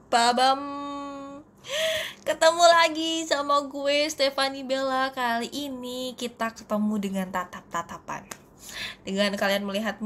Babam, ketemu lagi sama gue Stefani Bella. Kali ini kita ketemu dengan tatap-tatapan. Dengan kalian melihat,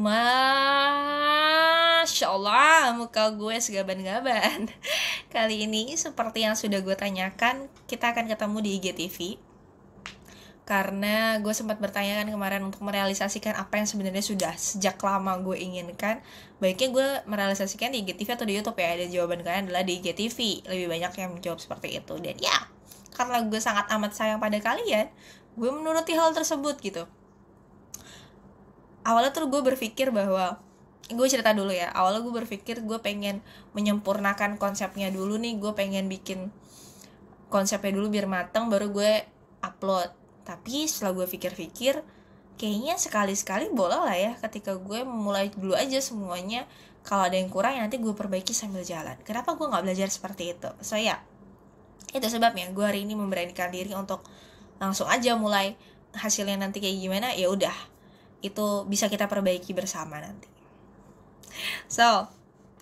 Masya Allah, muka gue segaban-gaban. Kali ini seperti yang sudah gue tanyakan, kita akan ketemu di IGTV. Karena gue sempat bertanya kan kemarin untuk merealisasikan apa yang sebenarnya sudah sejak lama gue inginkan. Baiknya gue merealisasikan di IGTV atau di YouTube ya. Dan jawaban kalian adalah di IGTV. Lebih banyak yang menjawab seperti itu. Dan ya, karena gue sangat amat sayang pada kalian, gue menuruti hal tersebut gitu. Awalnya tuh gue berpikir bahwa, gue cerita dulu ya. Awalnya gue berpikir gue pengen menyempurnakan konsepnya dulu nih. Gue pengen bikin konsepnya dulu biar mateng, baru gue upload. Tapi setelah gue pikir-pikir, kayaknya sekali-sekali boleh lah ya ketika gue memulai dulu aja semuanya. Kalau ada yang kurang ya nanti gue perbaiki sambil jalan. Kenapa gue gak belajar seperti itu? So ya, itu sebabnya gue hari ini memberanikan diri untuk langsung aja mulai. Hasilnya nanti kayak gimana, ya udah, itu bisa kita perbaiki bersama nanti. So,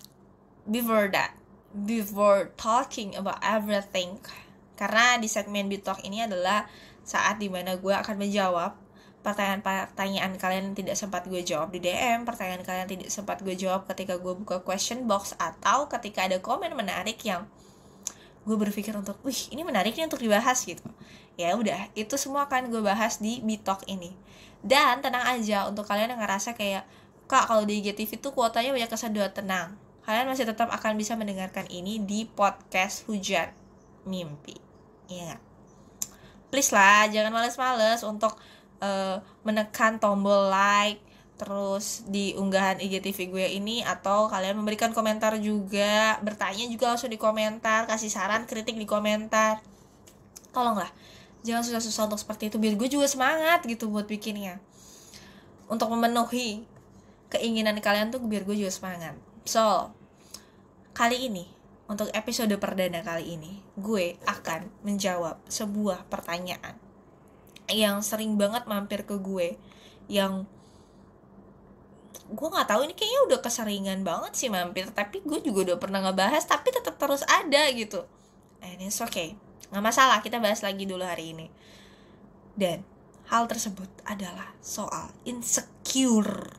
before talking about everything, karena di segmen Bitalk ini adalah saat dimana gue akan menjawab pertanyaan-pertanyaan kalian yang tidak sempat gue jawab di DM, pertanyaan kalian tidak sempat gue jawab ketika gue buka question box, atau ketika ada komen menarik yang gue berpikir untuk, ini menarik nih untuk dibahas gitu. Ya udah, itu semua akan gue bahas di Bitalk ini. Dan tenang aja untuk kalian yang ngerasa kayak, Kak, kalau di IGTV tuh kuotanya banyak kesedot, tenang. Kalian masih tetap akan bisa mendengarkan ini di podcast Hujan Mimpi. Iya gak? Please lah, jangan males-males untuk menekan tombol like terus di unggahan IGTV gue ini, atau kalian memberikan komentar juga, bertanya juga langsung di komentar, kasih saran, kritik di komentar. Tolonglah, jangan susah-susah untuk seperti itu, biar gue juga semangat gitu buat bikinnya. Untuk memenuhi keinginan kalian tuh biar gue juga semangat. So, kali ini, untuk episode perdana kali ini, gue akan menjawab sebuah pertanyaan yang sering banget mampir ke gue, yang gue nggak tahu ini kayaknya udah keseringan banget sih mampir, tapi gue juga udah pernah ngebahas tapi tetap terus ada gitu. And it's okay, nggak masalah, kita bahas lagi dulu hari ini. Dan hal tersebut adalah soal insecure.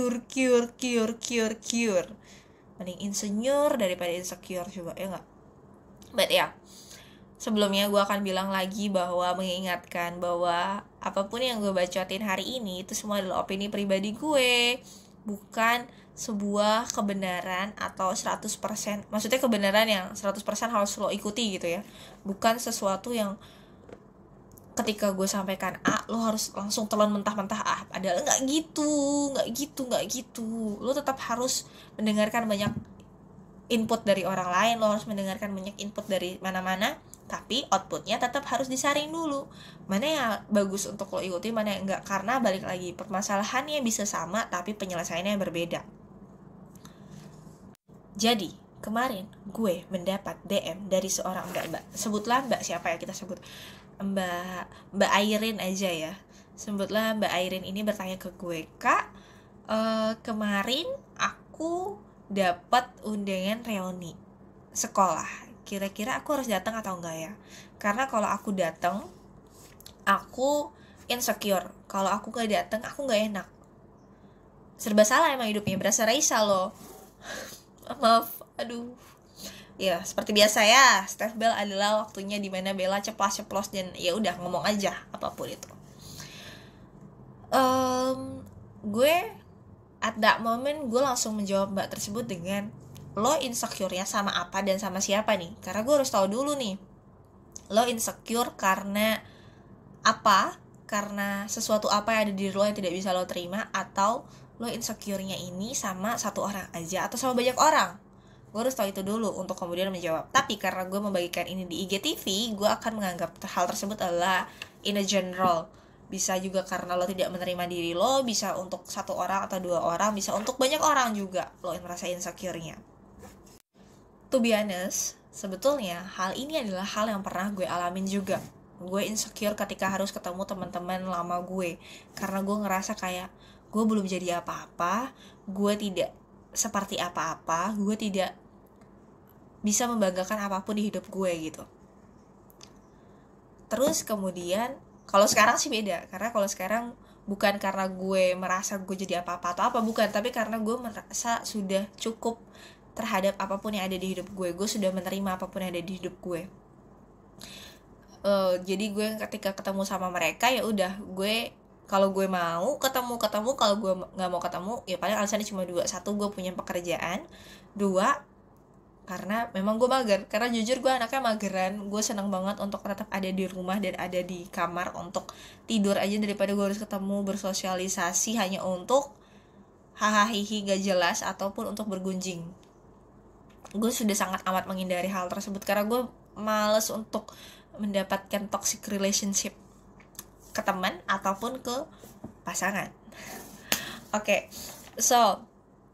Cure. Mending insinyur daripada insecure, coba ya nggak? But ya, sebelumnya gue akan bilang lagi bahwa mengingatkan bahwa apapun yang gue bacotin hari ini itu semua adalah opini pribadi gue, bukan sebuah kebenaran atau 100%, maksudnya kebenaran yang 100% harus lo ikuti gitu ya. Bukan sesuatu yang ketika gue sampaikan A, lo harus langsung telan mentah-mentah A. Padahal nggak gitu. Lo tetap harus mendengarkan banyak input dari orang lain, lo harus mendengarkan banyak input dari mana-mana, tapi outputnya tetap harus disaring dulu. Mana yang bagus untuk lo ikuti, mana yang enggak. Karena balik lagi, permasalahannya bisa sama, tapi penyelesaiannya berbeda. Jadi, kemarin gue mendapat DM dari seorang mbak. Sebutlah mbak siapa ya kita sebut. Mbak Airin aja ya. Sebutlah Mbak Airin ini bertanya ke gue, Kak, kemarin aku dapat undangan reuni sekolah. Kira-kira aku harus datang atau enggak ya? Karena kalau aku datang, aku insecure. Kalau aku gak datang, aku gak enak. Serba salah emang hidupnya, berasa Raisa loh. Maaf, aduh. Ya, seperti biasa ya, Steph Bell adalah waktunya dimana Bella ceplos-ceplos dan ya udah ngomong aja apapun itu. Gue at that moment gue langsung menjawab mbak tersebut dengan, lo insecure-nya sama apa dan sama siapa nih? Karena gue harus tahu dulu nih, lo insecure karena apa? Karena sesuatu apa yang ada di lo yang tidak bisa lo terima, atau lo insecure-nya ini sama satu orang aja atau sama banyak orang? Gue harus tahu itu dulu untuk kemudian menjawab. Tapi karena gue membagikan ini di IGTV, gue akan menganggap hal tersebut adalah in a general. Bisa juga karena lo tidak menerima diri lo, bisa untuk satu orang atau dua orang, bisa untuk banyak orang juga lo yang merasa insecure-nya. To be honest, sebetulnya hal ini adalah hal yang pernah gue alamin juga. Gue insecure ketika harus ketemu teman-teman lama gue, karena gue ngerasa kayak gue belum jadi apa-apa, gue tidak seperti apa-apa, gue tidak bisa membanggakan apapun di hidup gue gitu. Terus kemudian kalau sekarang sih beda, karena kalau sekarang bukan karena gue merasa gue jadi apa-apa atau apa, bukan, tapi karena gue merasa sudah cukup terhadap apapun yang ada di hidup gue sudah menerima apapun yang ada di hidup gue. Jadi gue ketika ketemu sama mereka ya udah, gue kalau gue mau ketemu, kalau gue nggak mau ketemu ya paling alasannya cuma dua. Satu, gue punya pekerjaan. Dua, karena memang gue mager, karena jujur gue anaknya mageran. Gue seneng banget untuk tetap ada di rumah dan ada di kamar untuk tidur aja daripada gue harus ketemu, bersosialisasi hanya untuk hahaha gak jelas ataupun untuk bergunjing. Gue sudah sangat amat menghindari hal tersebut karena gue males untuk mendapatkan toxic relationship ke teman ataupun ke pasangan. Oke, so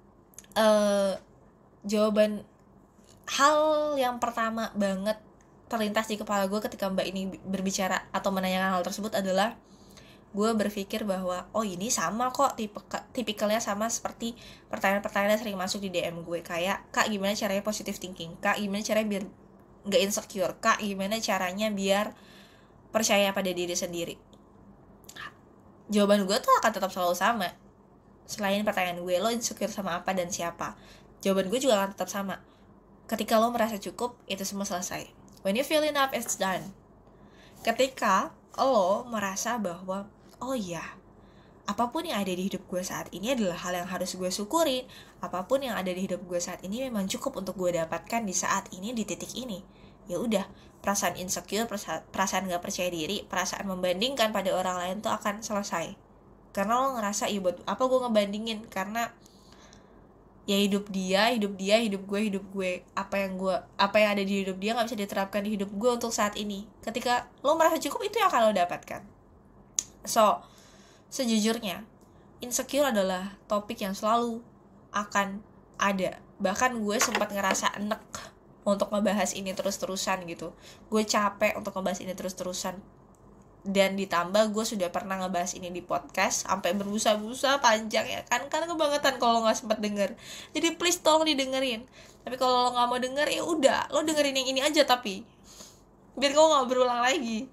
jawaban hal yang pertama banget terlintas di kepala gue ketika Mbak ini berbicara atau menanyakan hal tersebut adalah gue berpikir bahwa oh ini sama kok, tipikalnya sama seperti pertanyaan-pertanyaan yang sering masuk di DM gue, kayak Kak gimana caranya positive thinking, Kak gimana caranya biar gak insecure, Kak gimana caranya biar percaya pada diri sendiri. Jawaban gue tuh akan tetap selalu sama. Selain pertanyaan gue, lo insecure sama apa dan siapa, jawaban gue juga akan tetap sama. Ketika lo merasa cukup, itu semua selesai. When you feel enough, it's done. Ketika lo merasa bahwa, oh iya, apapun yang ada di hidup gue saat ini adalah hal yang harus gue syukurin. Apapun yang ada di hidup gue saat ini memang cukup untuk gue dapatkan di saat ini, di titik ini. Ya udah, perasaan insecure, perasaan gak percaya diri, perasaan membandingkan pada orang lain tuh akan selesai. Karena lo ngerasa, iya buat apa gue ngebandingin, karena ya hidup gue, apa yang ada di hidup dia nggak bisa diterapkan di hidup gue untuk saat ini. Ketika lo merasa cukup, itu yang akan lo dapatkan. So, sejujurnya insecure adalah topik yang selalu akan ada. Bahkan gue sempat ngerasa enek untuk ngebahas ini terus-terusan gitu. Gue capek untuk ngebahas ini terus-terusan. Dan ditambah gue sudah pernah ngebahas ini di podcast sampai berbusa-busa panjang ya kan kebangetan kalau nggak sempet denger. Jadi please tolong didengerin. Tapi kalau lo nggak mau denger ya udah, lo dengerin yang ini aja, tapi biar gue nggak berulang lagi.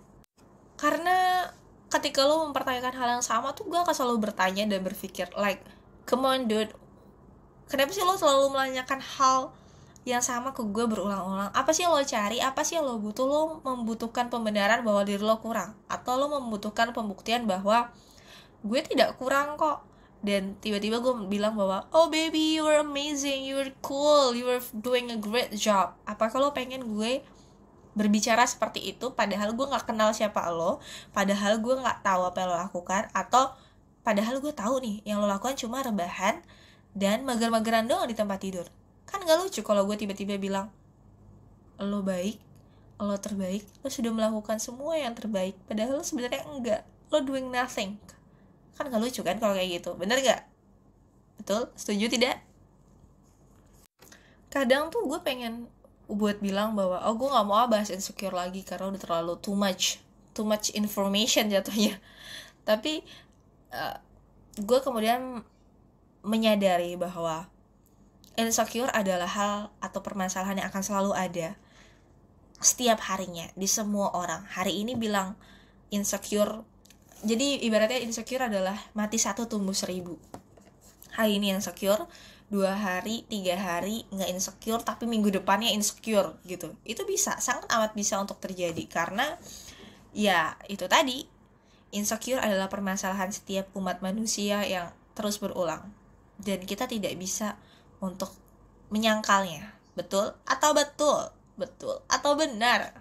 Karena ketika lo mempertanyakan hal yang sama tuh gue akan selalu bertanya dan berpikir like, come on dude, kenapa sih lo selalu menanyakan hal yang sama ke gue berulang-ulang? Apa sih yang lo cari? Apa sih yang lo butuh? Lo membutuhkan pembenaran bahwa diri lo kurang? Atau lo membutuhkan pembuktian bahwa gue tidak kurang kok? Dan tiba-tiba gue bilang bahwa oh baby, you are amazing, you are cool, you are doing a great job. Apakah lo pengen gue berbicara seperti itu padahal gue gak kenal siapa lo, padahal gue gak tahu apa yang lo lakukan, atau padahal gue tahu nih yang lo lakukan cuma rebahan dan mager-mageran doang di tempat tidur? Kan gak lucu kalau gue tiba-tiba bilang lo baik, lo terbaik, lo sudah melakukan semua yang terbaik, padahal lo sebenarnya enggak, lo doing nothing. Kan gak lucu kan kalau kayak gitu, bener gak? Betul? Setuju tidak? Kadang tuh gue pengen buat bilang bahwa oh gue gak mau bahas insecure lagi karena udah terlalu too much information jatuhnya. Tapi gue kemudian menyadari bahwa insecure adalah hal atau permasalahan yang akan selalu ada setiap harinya di semua orang. Hari ini bilang insecure, jadi ibaratnya insecure adalah mati 1 tumbuh 1000. Hari ini insecure, 2 hari, 3 hari nggak insecure, tapi minggu depannya insecure gitu. Itu bisa, sangat amat bisa untuk terjadi. Karena ya itu tadi, insecure adalah permasalahan setiap umat manusia yang terus berulang. Dan kita tidak bisa untuk menyangkalnya. Betul atau benar.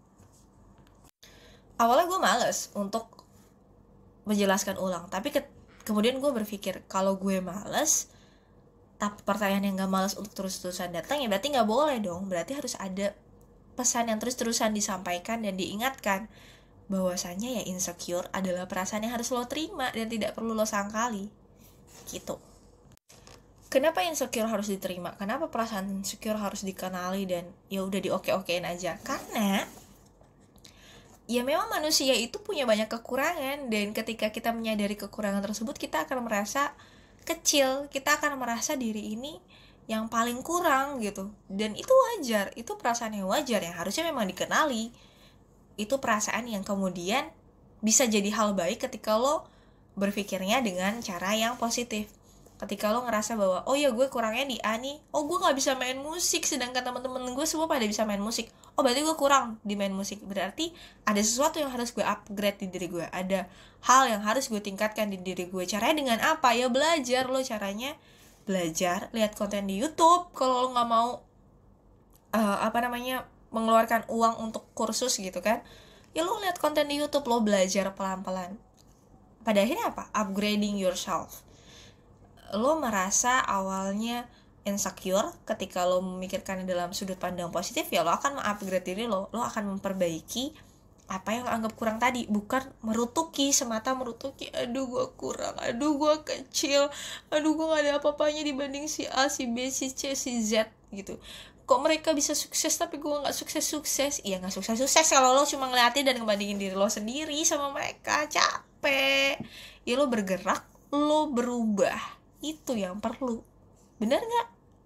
Awalnya gue males untuk menjelaskan ulang, tapi kemudian gue berpikir kalau gue males tapi pertanyaan yang gak males untuk terus-terusan datang, ya berarti gak boleh dong. Berarti harus ada pesan yang terus-terusan disampaikan dan diingatkan bahwasanya ya insecure adalah perasaan yang harus lo terima dan tidak perlu lo sangkali gitu. Kenapa insecure harus diterima? Kenapa perasaan insecure harus dikenali dan ya udah dioke-okein aja? Karena ya memang manusia itu punya banyak kekurangan, dan ketika kita menyadari kekurangan tersebut, kita akan merasa kecil, kita akan merasa diri ini yang paling kurang gitu. Dan itu wajar, itu perasaan yang wajar yang harusnya memang dikenali. Itu perasaan yang kemudian bisa jadi hal baik ketika lo berpikirnya dengan cara yang positif. Ketika lo ngerasa bahwa oh ya gue kurangnya di A nih, oh gue gak bisa main musik sedangkan teman-teman gue semua pada bisa main musik, oh berarti gue kurang di main musik, berarti ada sesuatu yang harus gue upgrade di diri gue, ada hal yang harus gue tingkatkan di diri gue. Caranya dengan apa? Ya belajar. Lo caranya belajar, lihat konten di YouTube. Kalau lo gak mau mengeluarkan uang untuk kursus gitu kan, ya lo lihat konten di YouTube, lo belajar pelan-pelan. Pada akhirnya apa? Upgrading yourself. Lo merasa awalnya insecure, ketika lo memikirkan dalam sudut pandang positif, ya lo akan mengupgrade diri lo akan memperbaiki apa yang lo anggap kurang tadi, bukan semata merutuki, aduh gue kurang, aduh gue kecil, aduh gue gak ada apa-apanya dibanding si A, si B, si C, si Z gitu. Kok mereka bisa sukses tapi gue gak sukses-sukses? Iya gak sukses-sukses kalau lo cuma ngeliatin dan ngebandingin diri lo sendiri sama mereka. Capek. Ya lo bergerak, lo berubah, itu yang perlu. Bener gak?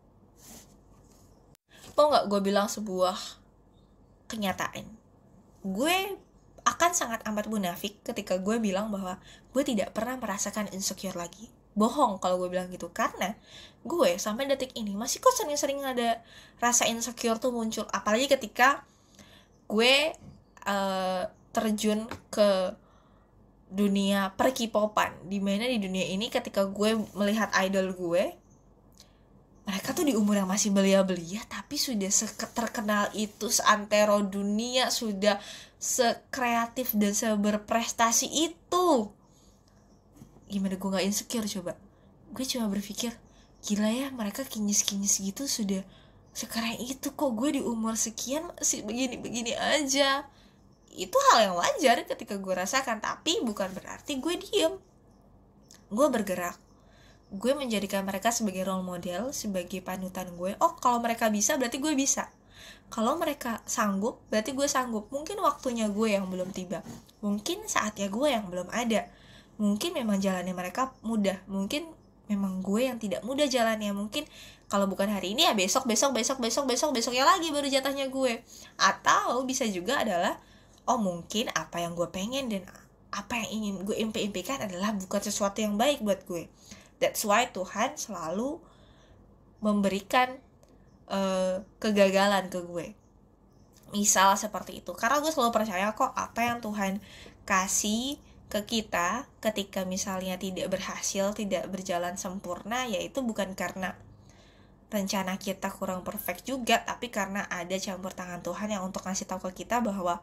Mau gak gue bilang sebuah kenyataan? Gue akan sangat amat munafik ketika gue bilang bahwa gue tidak pernah merasakan insecure lagi. Bohong kalau gue bilang gitu, karena gue sampai detik ini masih kok sering-sering ada rasa insecure tuh muncul. Apalagi ketika gue terjun ke dunia per-K-popan, dimana di dunia ini ketika gue melihat idol gue, mereka tuh di umur yang masih belia-belia tapi sudah terkenal itu, seantero dunia, sudah sekreatif dan seberprestasi itu. Gimana gue gak insecure coba? Gue cuma berpikir, gila ya, mereka kinyis-kinyis gitu sudah sekeren itu, kok gue di umur sekian masih begini-begini aja. Itu hal yang wajar ketika gue rasakan, tapi bukan berarti gue diem. Gue bergerak. Gue menjadikan mereka sebagai role model, sebagai panutan gue. Oh, kalau mereka bisa, berarti gue bisa. Kalau mereka sanggup, berarti gue sanggup. Mungkin waktunya gue yang belum tiba. Mungkin saatnya gue yang belum ada. Mungkin memang jalannya mereka mudah. Mungkin memang gue yang tidak mudah jalannya. Mungkin kalau bukan hari ini ya besoknya lagi baru jatahnya gue. Atau bisa juga adalah, oh mungkin apa yang gue pengen dan apa yang ingin gue impikan adalah bukan sesuatu yang baik buat gue. That's why Tuhan selalu memberikan kegagalan ke gue. Misal seperti itu. Karena gue selalu percaya kok apa yang Tuhan kasih ke kita ketika misalnya tidak berhasil, tidak berjalan sempurna, yaitu bukan karena rencana kita kurang perfect juga, tapi karena ada campur tangan Tuhan yang untuk ngasih tahu ke kita bahwa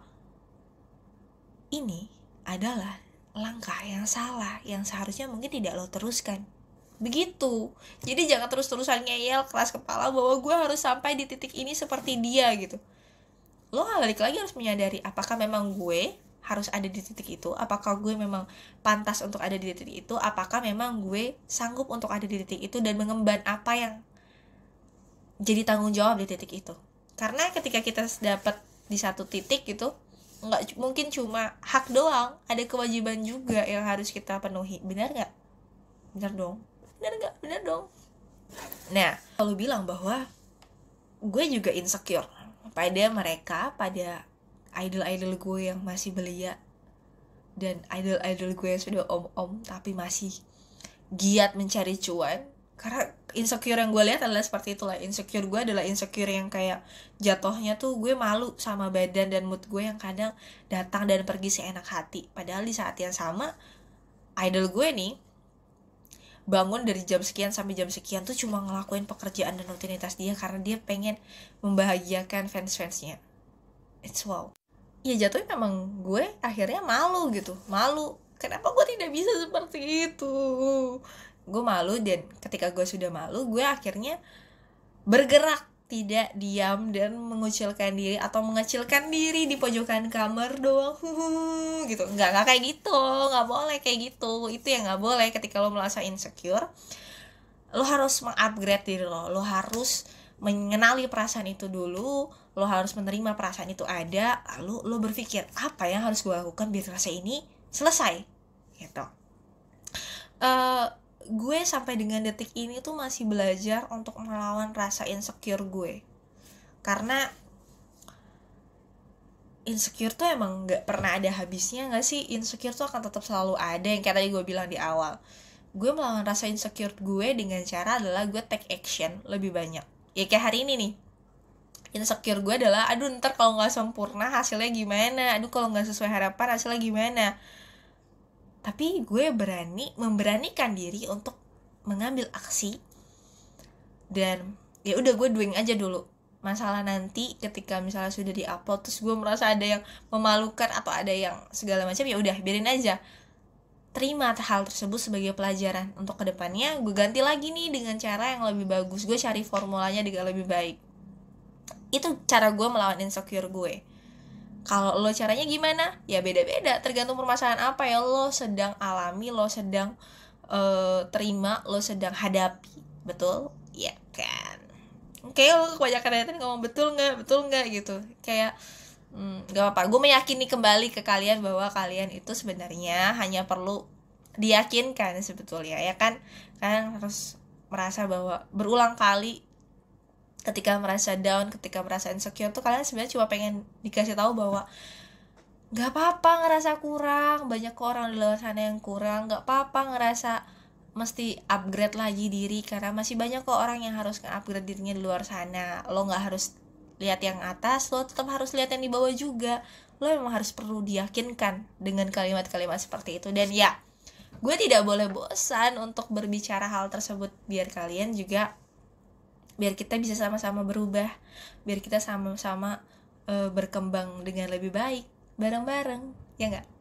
ini adalah langkah yang salah, yang seharusnya mungkin tidak lo teruskan. Begitu. Jadi jangan terus-terusan ngeyel keras kepala bahwa gue harus sampai di titik ini seperti dia gitu. Lo balik lagi harus menyadari, apakah memang gue harus ada di titik itu? Apakah gue memang pantas untuk ada di titik itu? Apakah memang gue sanggup untuk ada di titik itu dan mengemban apa yang jadi tanggung jawab di titik itu? Karena ketika kita dapat di satu titik gitu, nggak mungkin cuma hak doang, ada kewajiban juga yang harus kita penuhi. Benar nggak? Benar dong. Benar nggak? Benar dong. Nah, kalau bilang bahwa gue juga insecure pada mereka, pada idol-idol gue yang masih belia dan idol-idol gue yang sudah om-om tapi masih giat mencari cuan. Karena insecure yang gue lihat adalah seperti itulah. Insecure gue adalah insecure yang kayak jatuhnya tuh gue malu sama badan dan mood gue yang kadang datang dan pergi seenak hati. Padahal di saat yang sama, idol gue nih bangun dari jam sekian sampai jam sekian tuh cuma ngelakuin pekerjaan dan rutinitas dia karena dia pengen membahagiakan fans-fansnya. It's wow. Ya jatuhnya memang gue akhirnya malu gitu. Malu. Kenapa gue tidak bisa seperti itu? Gue malu, dan ketika gue sudah malu, gue akhirnya bergerak, tidak diam dan mengucilkan diri atau mengecilkan diri di pojokan kamar doang gitu. Nggak kayak gitu, nggak boleh kayak gitu. Itu yang nggak boleh. Ketika lo merasa insecure, lo harus mengupgrade diri lo harus mengenali perasaan itu dulu, lo harus menerima perasaan itu ada, lalu lo berpikir apa yang harus gue lakukan biar rasa ini selesai gitu. gue sampai dengan detik ini tuh masih belajar untuk melawan rasa insecure gue. Karena insecure tuh emang gak pernah ada habisnya gak sih? Insecure tuh akan tetap selalu ada, yang kayak tadi gue bilang di awal. Gue melawan rasa insecure gue dengan cara adalah gue take action lebih banyak. Ya kayak hari ini nih, insecure gue adalah aduh ntar kalau gak sempurna hasilnya gimana, aduh kalau gak sesuai harapan hasilnya gimana. Tapi gue memberanikan diri untuk mengambil aksi, dan ya udah gue doing aja dulu. Masalah nanti ketika misalnya sudah diupload terus gue merasa ada yang memalukan atau ada yang segala macam, ya udah biarin aja. Terima hal tersebut sebagai pelajaran untuk kedepannya. Gue ganti lagi nih dengan cara yang lebih bagus, gue cari formulanya dengan lebih baik. Itu cara gue melawan insecure gue. Kalau lo caranya gimana? Ya beda-beda, tergantung permasalahan apa ya lo sedang alami, lo sedang terima, lo sedang hadapi. Betul? Ya kan. Kayak lo kebanyakan dari tadi ngomong betul nggak gitu. Kayak gak apa-apa. Gue meyakini kembali ke kalian bahwa kalian itu sebenarnya hanya perlu diyakinkan sebetulnya, ya kan? Kalian harus merasa bahwa berulang kali ketika merasa down, ketika merasa insecure tuh kalian sebenarnya cuma pengen dikasih tahu bahwa gak apa-apa ngerasa kurang, banyak orang di luar sana yang kurang, gak apa-apa ngerasa mesti upgrade lagi diri, karena masih banyak kok orang yang harus nge-upgrade dirinya di luar sana. Lo gak harus lihat yang atas, lo tetap harus lihat yang di bawah juga. Lo memang harus perlu diyakinkan dengan kalimat-kalimat seperti itu. Dan ya, gue tidak boleh bosan untuk berbicara hal tersebut, biar kalian juga, biar kita bisa sama-sama berubah, biar kita sama-sama berkembang dengan lebih baik bareng-bareng, ya nggak?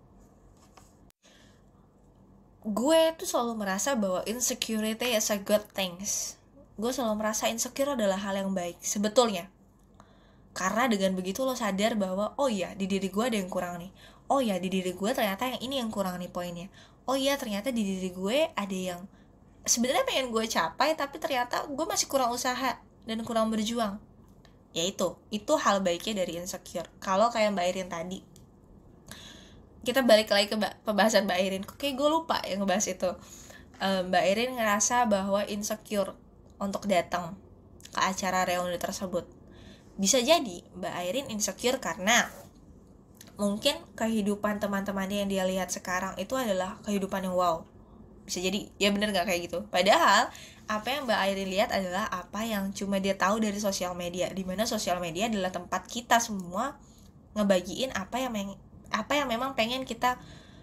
Gue tuh selalu merasa bahwa insecurity is a good things. Gue selalu merasa insecure adalah hal yang baik sebetulnya. Karena dengan begitu lo sadar bahwa oh iya di diri gue ada yang kurang nih. Oh iya di diri gue ternyata yang ini yang kurang nih poinnya. Oh iya ternyata di diri gue ada yang sebenarnya pengen gue capai, tapi ternyata gue masih kurang usaha dan kurang berjuang. Ya itu hal baiknya dari insecure. Kalau kayak Mbak Irin tadi, kita balik lagi ke pembahasan Mbak Irin. Kayak gue lupa yang ngebahas itu. Mbak Irin ngerasa bahwa insecure untuk datang ke acara reuni tersebut. Bisa jadi Mbak Irin insecure karena mungkin kehidupan teman-temannya yang dia lihat sekarang itu adalah kehidupan yang wow. Bisa jadi, ya bener gak kayak gitu. Padahal apa yang Mbak Irin lihat adalah apa yang cuma dia tahu dari sosial media, dimana sosial media adalah tempat kita semua ngebagiin apa yang memang pengen kita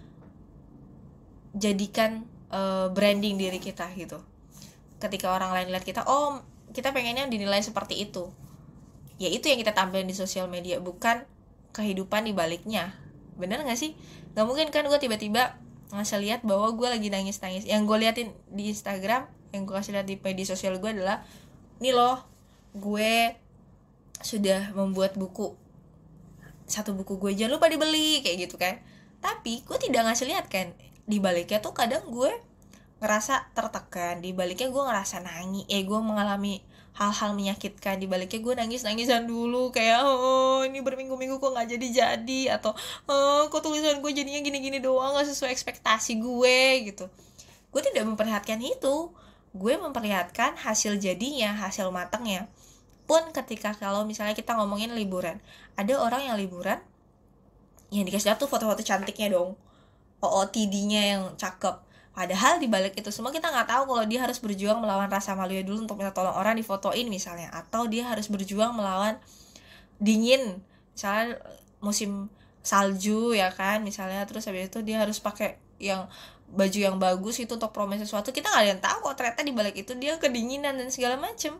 jadikan branding diri kita gitu. Ketika orang lain lihat kita, oh kita pengennya dinilai seperti itu, ya itu yang kita tampilin di sosial media, bukan kehidupan di baliknya. Bener gak sih? Gak mungkin kan gue tiba-tiba ngasih lihat bahwa gue lagi nangis-nangis. Yang gue liatin di Instagram, yang gue kasih lihat di media sosial gue adalah, nih loh, gue sudah membuat buku, 1 buku gue jangan lupa dibeli, kayak gitu kan. Tapi gue tidak ngasih lihat kan di baliknya tuh kadang gue ngerasa tertekan, di baliknya gue ngerasa nangis, gue mengalami hal-hal menyakitkan, di baliknya gue nangis-nangisan dulu, kayak oh ini berminggu-minggu kok nggak jadi, atau kok tulisan gue jadinya gini-gini doang, nggak sesuai ekspektasi gue gitu. Gue tidak memperlihatkan itu, gue memperlihatkan hasil jadinya, hasil matangnya. Pun ketika kalau misalnya kita ngomongin liburan, ada orang yang liburan yang dikasih lihat tuh foto-foto cantiknya dong, OOTD-nya yang cakep. Padahal di balik itu semua kita nggak tahu kalau dia harus berjuang melawan rasa malunya dulu untuk minta tolong orang difotoin misalnya, atau dia harus berjuang melawan dingin, misalnya musim salju ya kan misalnya, terus habis itu dia harus pakai yang baju yang bagus itu untuk promosi sesuatu. Kita nggak ada yang tahu kok ternyata di balik itu dia kedinginan dan segala macem.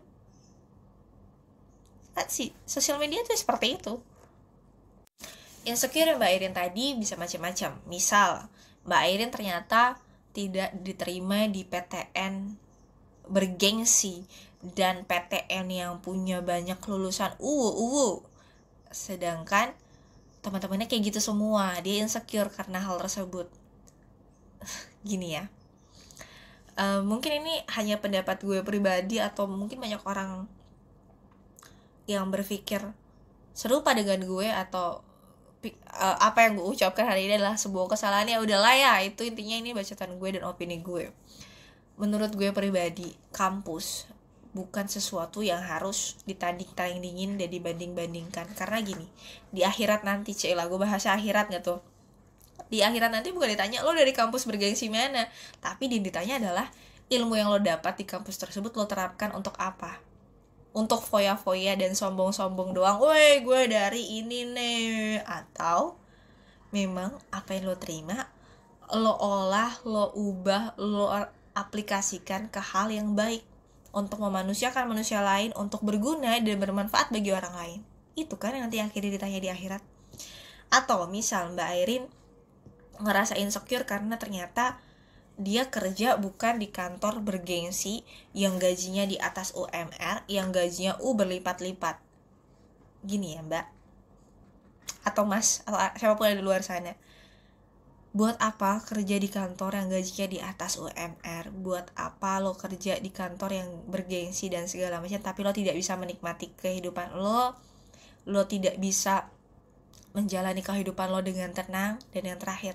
Sih sosial media tuh seperti itu. Insecure Mbak Irin tadi bisa macam-macam. Misal Mbak Irin ternyata tidak diterima di PTN bergengsi dan PTN yang punya banyak lulusan sedangkan teman-temannya kayak gitu semua. Dia insecure karena hal tersebut. Gini ya, mungkin ini hanya pendapat gue pribadi, atau mungkin banyak orang yang berpikir serupa dengan gue, atau apa yang gue ucapkan hari ini adalah sebuah kesalahan. Ya udahlah ya, itu intinya ini bacaan gue dan opini gue. menurut gue pribadi, kampus bukan sesuatu yang harus ditanding-tandingin dan dibanding-bandingkan. Karena gini, di akhirat nanti, gue bahasa akhirat gak tuh? Di akhirat nanti bukan ditanya lo dari kampus bergengsi mana, tapi ditanya adalah ilmu yang lo dapat di kampus tersebut lo terapkan untuk apa? Untuk foya-foya dan sombong-sombong doang, woi gue dari ini nih. Atau memang apa yang lo terima, lo olah, lo ubah, lo aplikasikan ke hal yang baik untuk memanusiakan manusia lain, untuk berguna dan bermanfaat bagi orang lain. Itu kan yang nanti akhirnya ditanya di akhirat. Atau misal Mbak Airin ngerasa insecure karena ternyata dia kerja bukan di kantor bergengsi yang gajinya di atas UMR, yang gajinya berlipat-lipat. Gini ya Mbak, atau Mas, atau siapapun yang di luar sana, buat apa kerja di kantor yang gajinya di atas UMR? Buat apa lo kerja di kantor yang bergengsi dan segala macam, tapi lo tidak bisa menikmati kehidupan lo? Lo tidak bisa menjalani kehidupan lo dengan tenang. Dan yang terakhir,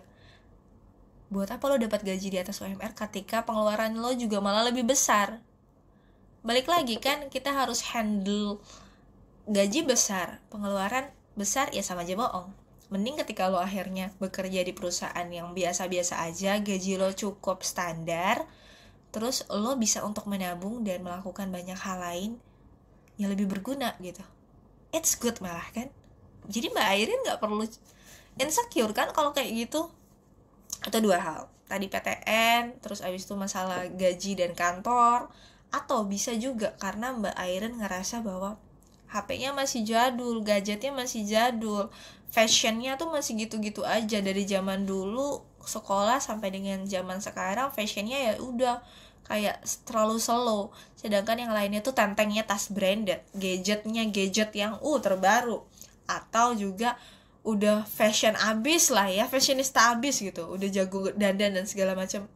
buat apa lo dapat gaji di atas UMR ketika pengeluaran lo juga malah lebih besar? Balik lagi kan, kita harus handle gaji besar, pengeluaran besar, ya sama aja bohong. Mending ketika lo akhirnya bekerja di perusahaan yang biasa-biasa aja, gaji lo cukup standar, terus lo bisa untuk menabung dan melakukan banyak hal lain yang lebih berguna gitu. It's good malah kan. Jadi Mbak Airin gak perlu insecure kan kalau kayak gitu. Atau dua hal, tadi PTN, terus abis itu masalah gaji dan kantor. Atau bisa juga karena Mbak Airin ngerasa bahwa HP-nya masih jadul, gadgetnya masih jadul, fashionnya tuh masih gitu-gitu aja. Dari zaman dulu sekolah sampai dengan zaman sekarang, fashionnya ya udah kayak terlalu slow. Sedangkan yang lainnya tuh tentengnya tas branded, gadgetnya gadget yang terbaru. Atau juga udah fashion abis lah ya, fashionista abis gitu, udah jago dandan dan segala macam.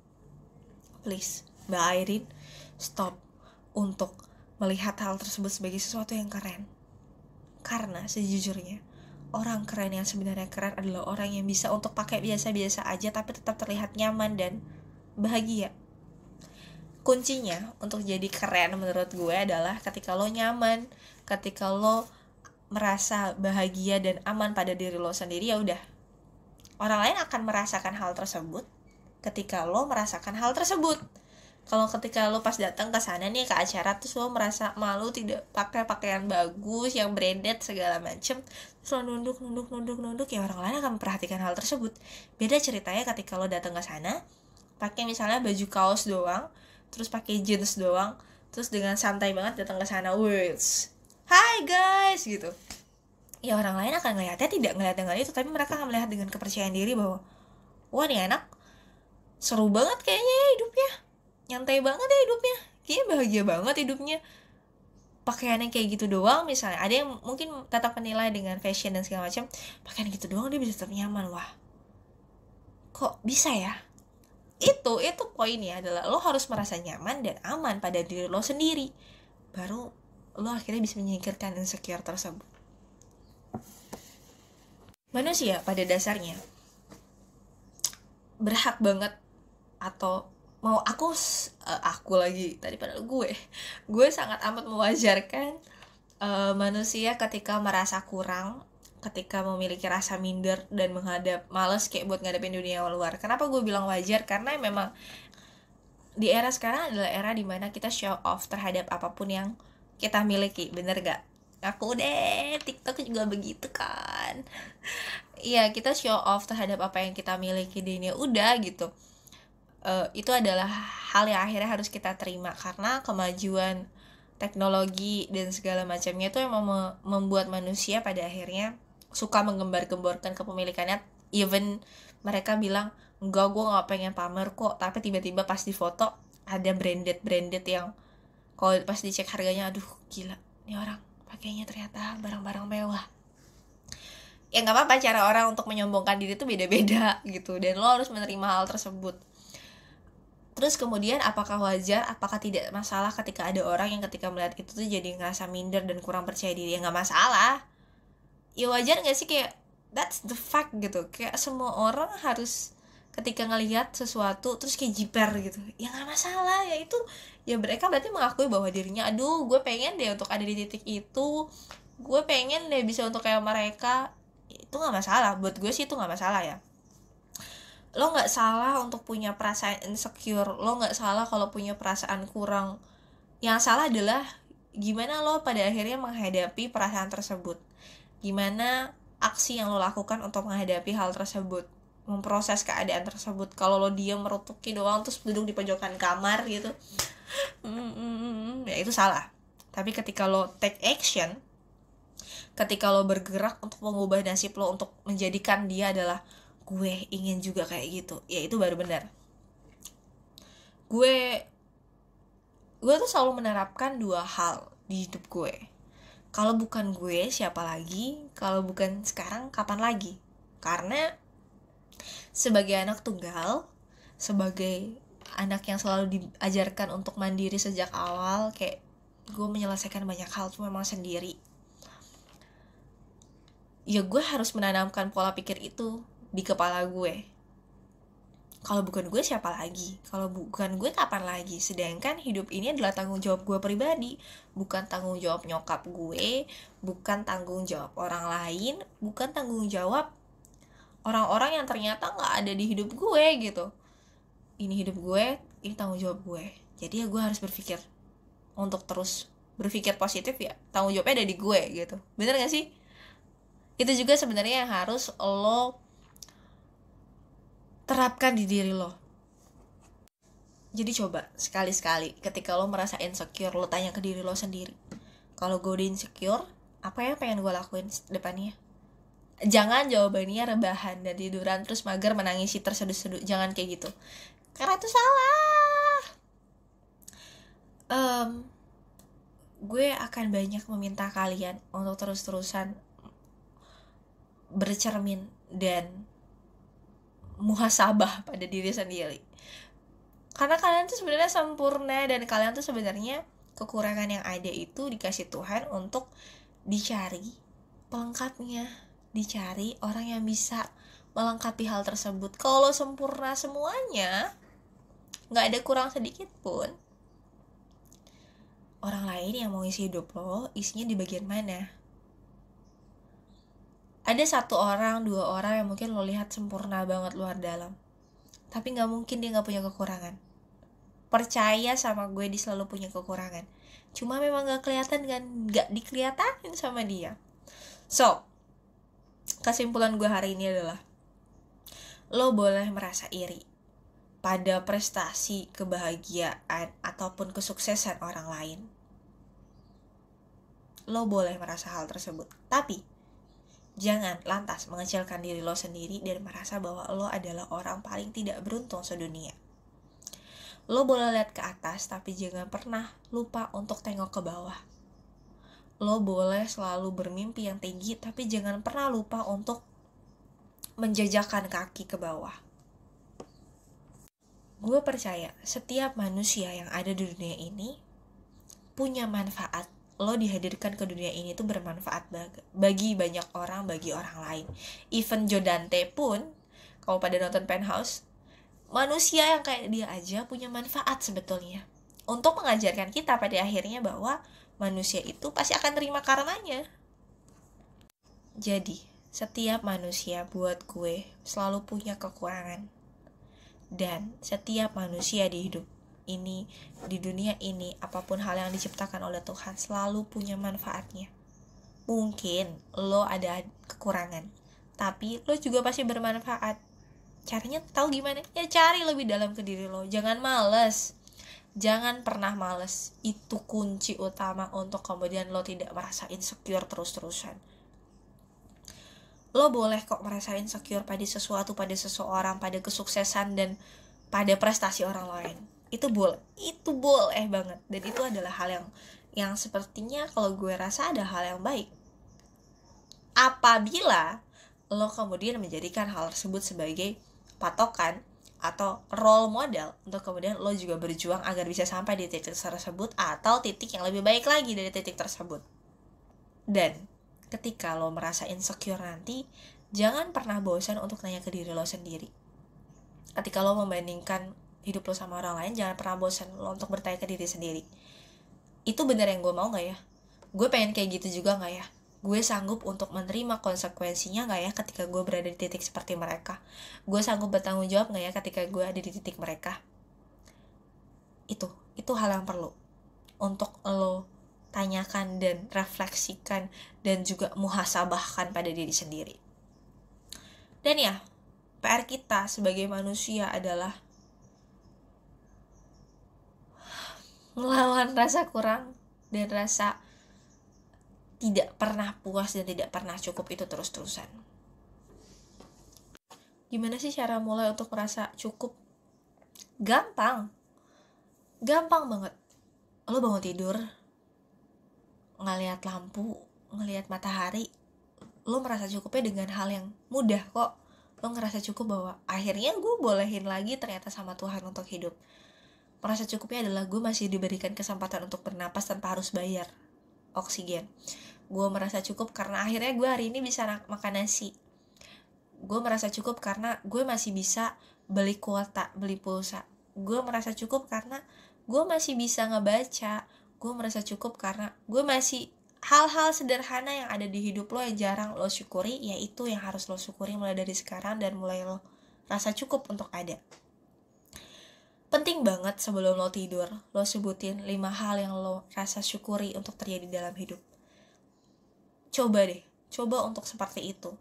Please Mbak Airin, stop untuk melihat hal tersebut sebagai sesuatu yang keren. Karena sejujurnya orang keren yang sebenarnya keren adalah orang yang bisa untuk pakai biasa-biasa aja tapi tetap terlihat nyaman dan bahagia. Kuncinya untuk jadi keren menurut gue adalah ketika lo nyaman, ketika lo merasa bahagia dan aman pada diri lo sendiri, ya udah. Orang lain akan merasakan hal tersebut ketika lo merasakan hal tersebut. Kalau ketika lo pas datang ke sana nih ke acara terus lo merasa malu tidak pakai pakaian bagus yang branded segala macem, terus lo nunduk, ya orang lain akan memperhatikan hal tersebut. Beda ceritanya ketika lo datang ke sana pakai misalnya baju kaos doang, terus pakai jeans doang, terus dengan santai banget datang ke sana, words, hi guys gitu. Ya orang lain akan ngelihatnya tidak ngelihat dengan itu, tapi mereka akan melihat dengan kepercayaan diri bahwa wah nih anak seru banget kayaknya ya hidupnya, nyantai banget ya hidupnya, kayaknya bahagia banget hidupnya. Pakaiannya kayak gitu doang misalnya, ada yang mungkin tetap menilai dengan fashion dan segala macam, pakaian gitu doang dia bisa tetap nyaman. Wah, kok bisa ya? Itu poinnya adalah lo harus merasa nyaman dan aman pada diri lo sendiri, baru lo akhirnya bisa menyingkirkan insecure tersebut. Manusia pada dasarnya berhak banget, atau mau aku lagi tadi padahal gue sangat amat mewajarkan manusia ketika merasa kurang, ketika memiliki rasa minder dan males kayak buat ngadepin dunia luar. Kenapa gue bilang wajar? Karena memang di era sekarang adalah era dimana kita show off terhadap apapun yang kita miliki, bener gak? Aku deh, TikTok juga begitu kan. Iya, kita show off terhadap apa yang kita miliki dan ya udah gitu. Itu adalah hal yang akhirnya harus kita terima karena kemajuan teknologi dan segala macamnya itu emang membuat manusia pada akhirnya suka menggembar-gemborkan kepemilikannya. Even mereka bilang enggak, gue nggak pengen pamer kok, tapi tiba-tiba pas di foto ada branded yang kalau pas dicek harganya, aduh gila, ini orang pakainya ternyata barang-barang mewah. Ya nggak apa-apa, cara orang untuk menyombongkan diri itu beda-beda gitu, dan lo harus menerima hal tersebut. Terus kemudian apakah wajar, apakah tidak masalah ketika ada orang yang ketika melihat itu tuh jadi ngerasa minder dan kurang percaya diri? Ya nggak masalah. Ya wajar nggak sih, kayak that's the fact gitu. Kayak semua orang harus ketika ngelihat sesuatu terus kayak jiper gitu, ya nggak masalah, ya itu ya mereka berarti mengakui bahwa dirinya, aduh gue pengen deh untuk ada di titik itu, gue pengen deh bisa untuk kayak mereka. Itu nggak masalah, buat gue sih itu nggak masalah ya. Lo nggak salah untuk punya perasaan insecure, lo nggak salah kalau punya perasaan kurang. Yang salah adalah gimana lo pada akhirnya menghadapi perasaan tersebut, gimana aksi yang lo lakukan untuk menghadapi hal tersebut, memproses keadaan tersebut. Kalau lo diam merutuki doang terus duduk di pojokan kamar gitu, ya itu salah. Tapi ketika lo take action, ketika lo bergerak untuk mengubah nasib lo, untuk menjadikan dia adalah gue ingin juga kayak gitu, ya itu baru benar. Gue tuh selalu menerapkan 2 hal di hidup gue. Kalau bukan gue, siapa lagi? Kalau bukan sekarang, kapan lagi? Karena sebagai anak tunggal, sebagai anak yang selalu diajarkan untuk mandiri sejak awal, kayak gue menyelesaikan banyak hal cuma memang sendiri, ya gue harus menanamkan pola pikir itu di kepala gue. Kalau bukan gue siapa lagi? Kalau bukan gue kapan lagi? Sedangkan hidup ini adalah tanggung jawab gue pribadi, bukan tanggung jawab nyokap gue, bukan tanggung jawab orang lain, bukan tanggung jawab orang-orang yang ternyata gak ada di hidup gue gitu. Ini hidup gue, ini tanggung jawab gue. Jadi ya gue harus berpikir untuk terus berpikir positif, ya tanggung jawabnya ada di gue gitu. Bener gak sih? Itu juga sebenarnya yang harus lo terapkan di diri lo. Jadi coba sekali-sekali ketika lo merasa insecure, lo tanya ke diri lo sendiri, kalau gue udah insecure, apa yang pengen gue lakuin depannya? Jangan jawabannya rebahan dan tiduran terus mager menangisi terseduh-seduh. Jangan kayak gitu, karena itu salah. Gue akan banyak meminta kalian untuk terus-terusan bercermin dan muhasabah pada diri sendiri, karena kalian tuh sebenarnya sempurna, dan kalian tuh sebenarnya kekurangan yang ada itu dikasih Tuhan untuk dicari pelengkapnya, dicari orang yang bisa melengkapi hal tersebut. Kalau sempurna semuanya, nggak ada kurang sedikit pun, orang lain yang mau isi hidup lo, isinya di bagian mana? Ada 1 orang, 2 orang yang mungkin lo lihat sempurna banget luar dalam, tapi gak mungkin dia gak punya kekurangan. Percaya sama gue, dia selalu punya kekurangan, cuma memang gak kelihatan kan, gak dikelihatanin sama dia. So, kesimpulan gue hari ini adalah, lo boleh merasa iri pada prestasi, kebahagiaan, ataupun kesuksesan orang lain. Lo boleh merasa hal tersebut, tapi jangan lantas mengecilkan diri lo sendiri dan merasa bahwa lo adalah orang paling tidak beruntung sedunia. Lo boleh lihat ke atas, tapi jangan pernah lupa untuk tengok ke bawah. Lo boleh selalu bermimpi yang tinggi, tapi jangan pernah lupa untuk menjajakan kaki ke bawah. Gue percaya setiap manusia yang ada di dunia ini punya manfaat. Lo dihadirkan ke dunia ini tuh bermanfaat bagi banyak orang, bagi orang lain. Even Joe Dante pun, kalau pada nonton Penthouse, manusia yang kayak dia aja punya manfaat sebetulnya, untuk mengajarkan kita pada akhirnya bahwa manusia itu pasti akan terima karenanya. Jadi, setiap manusia buat gue selalu punya kekurangan. Dan setiap manusia di hidup ini, di dunia ini, apapun hal yang diciptakan oleh Tuhan selalu punya manfaatnya. Mungkin lo ada kekurangan, tapi lo juga pasti bermanfaat. Caranya tahu gimana? Ya cari lebih dalam ke diri lo. Jangan males, jangan pernah males. Itu kunci utama untuk kemudian lo tidak merasa insecure terus-terusan. Lo boleh kok merasa insecure pada sesuatu, pada seseorang, pada kesuksesan dan pada prestasi orang lain. Itu boleh banget, dan itu adalah hal yang sepertinya kalau gue rasa ada hal yang baik apabila lo kemudian menjadikan hal tersebut sebagai patokan atau role model untuk kemudian lo juga berjuang agar bisa sampai di titik tersebut atau titik yang lebih baik lagi dari titik tersebut. Dan ketika lo merasa insecure nanti, jangan pernah bosan untuk nanya ke diri lo sendiri, Ketika lo membandingkan hidup lo sama orang lain, jangan pernah bosan lo untuk bertanya ke diri sendiri, itu benar yang gue mau gak ya? Gue pengen kayak gitu juga gak ya? Gue sanggup untuk menerima konsekuensinya gak ya ketika gue berada di titik seperti mereka? Gue sanggup bertanggung jawab gak ya ketika gue ada di titik mereka? Itu hal yang perlu untuk lo tanyakan dan refleksikan dan juga muhasabahkan pada diri sendiri. Dan ya, PR kita sebagai manusia adalah melawan rasa kurang dan rasa tidak pernah puas dan tidak pernah cukup itu terus-terusan. Gimana sih cara mulai untuk merasa cukup? Gampang banget. Lo bangun tidur, ngeliat lampu, ngeliat matahari, lo merasa cukupnya dengan hal yang mudah kok. Lo ngerasa cukup bahwa akhirnya gue bolehin lagi ternyata sama Tuhan untuk hidup. Merasa cukupnya adalah gue masih diberikan kesempatan untuk bernapas tanpa harus bayar oksigen. Gue merasa cukup karena akhirnya gue hari ini bisa makan nasi. Gue merasa cukup karena gue masih bisa beli kuota, beli pulsa. Gue merasa cukup karena gue masih bisa ngebaca. Gue merasa cukup karena gue masih, hal-hal sederhana yang ada di hidup lo yang jarang lo syukuri, yaitu yang harus lo syukuri mulai dari sekarang dan mulai lo rasa cukup untuk ada. Penting banget sebelum lo tidur, lo sebutin 5 hal yang lo rasa syukuri untuk terjadi dalam hidup. Coba untuk seperti itu.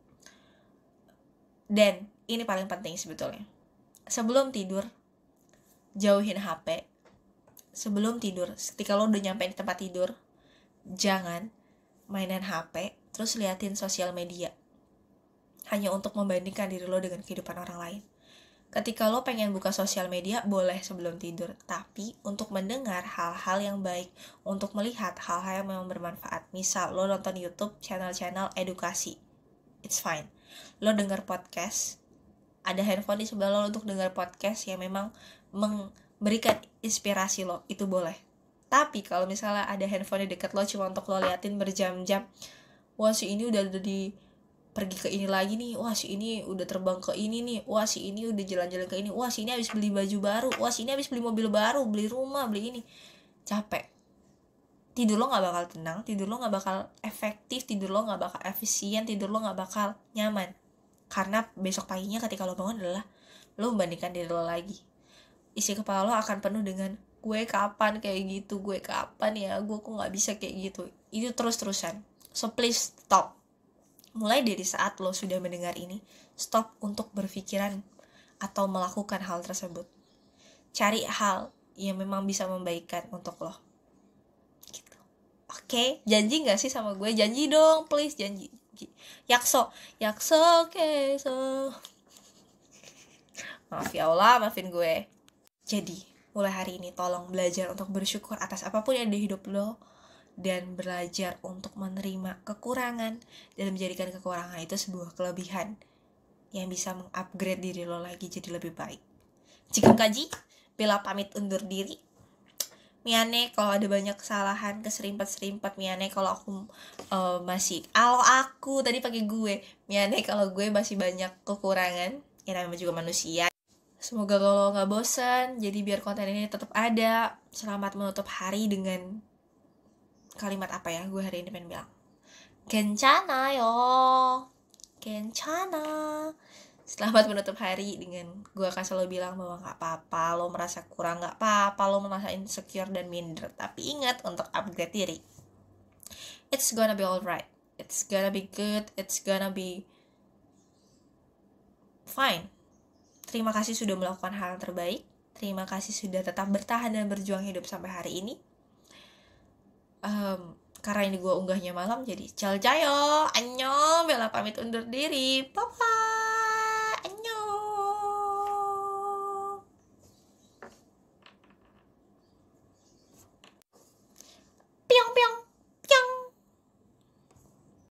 Dan ini paling penting sebetulnya. Sebelum tidur, jauhin HP. Sebelum tidur, ketika lo udah nyampe di tempat tidur, jangan mainan HP, terus liatin sosial media hanya untuk membandingkan diri lo dengan kehidupan orang lain. Ketika lo pengen buka sosial media, boleh sebelum tidur, tapi untuk mendengar hal-hal yang baik, untuk melihat hal-hal yang memang bermanfaat. Misal lo nonton YouTube channel-channel edukasi, it's fine. Lo denger podcast, ada handphone di sebelah lo untuk denger podcast yang memang memberikan inspirasi lo, itu boleh. Tapi kalau misalnya ada handphone di dekat lo cuma untuk lo liatin berjam-jam, wah si ini udah pergi ke ini lagi nih, wah si ini udah terbang ke ini nih, wah si ini udah jalan-jalan ke ini, wah si ini habis beli baju baru, wah si ini habis beli mobil baru, beli rumah, beli ini. Capek. Tidur lo gak bakal tenang, tidur lo gak bakal efektif, tidur lo gak bakal efisien, tidur lo gak bakal nyaman. Karena besok paginya ketika lo bangun adalah lo membandingkan diri lo lagi. Isi kepala lo akan penuh dengan gue kapan kayak gitu, gue kapan ya, gue kok gak bisa kayak gitu. Itu terus-terusan. So please stop. Mulai dari saat lo sudah mendengar ini, stop untuk berpikiran atau melakukan hal tersebut. Cari hal yang memang bisa membaikkan untuk lo. Gitu. Oke, janji gak sih sama gue? Janji dong, please, janji. Yakso, oke, so. Maaf ya Allah, maafin gue. Jadi, mulai hari ini tolong belajar untuk bersyukur atas apapun yang ada di hidup lo, dan belajar untuk menerima kekurangan dan menjadikan kekurangan itu sebuah kelebihan yang bisa mengupgrade diri lo lagi jadi lebih baik. Jika kaji, Bella pamit undur diri. Miane kalau ada banyak kesalahan, keserimpet-serimpet. Miane kalau aku aku tadi pakai gue. Miane kalau gue masih banyak kekurangan. Ya namanya juga manusia. Semoga kalau gak bosan, jadi biar konten ini tetap ada. Selamat menutup hari dengan kalimat apa ya gue hari ini pengen bilang. Kencana yo. Kencana. Selamat menutup hari dengan gue akan selalu bilang bahwa gak apa-apa lo merasa kurang, gak apa-apa lo merasa insecure dan minder. Tapi ingat untuk upgrade diri. It's gonna be alright. It's gonna be good. It's gonna be fine. Terima kasih sudah melakukan hal yang terbaik. Terima kasih sudah tetap bertahan dan berjuang hidup sampai hari ini. Karena ini gue unggahnya malam, jadi ciao, annyeong, Bella pamit undur diri. Bye-bye.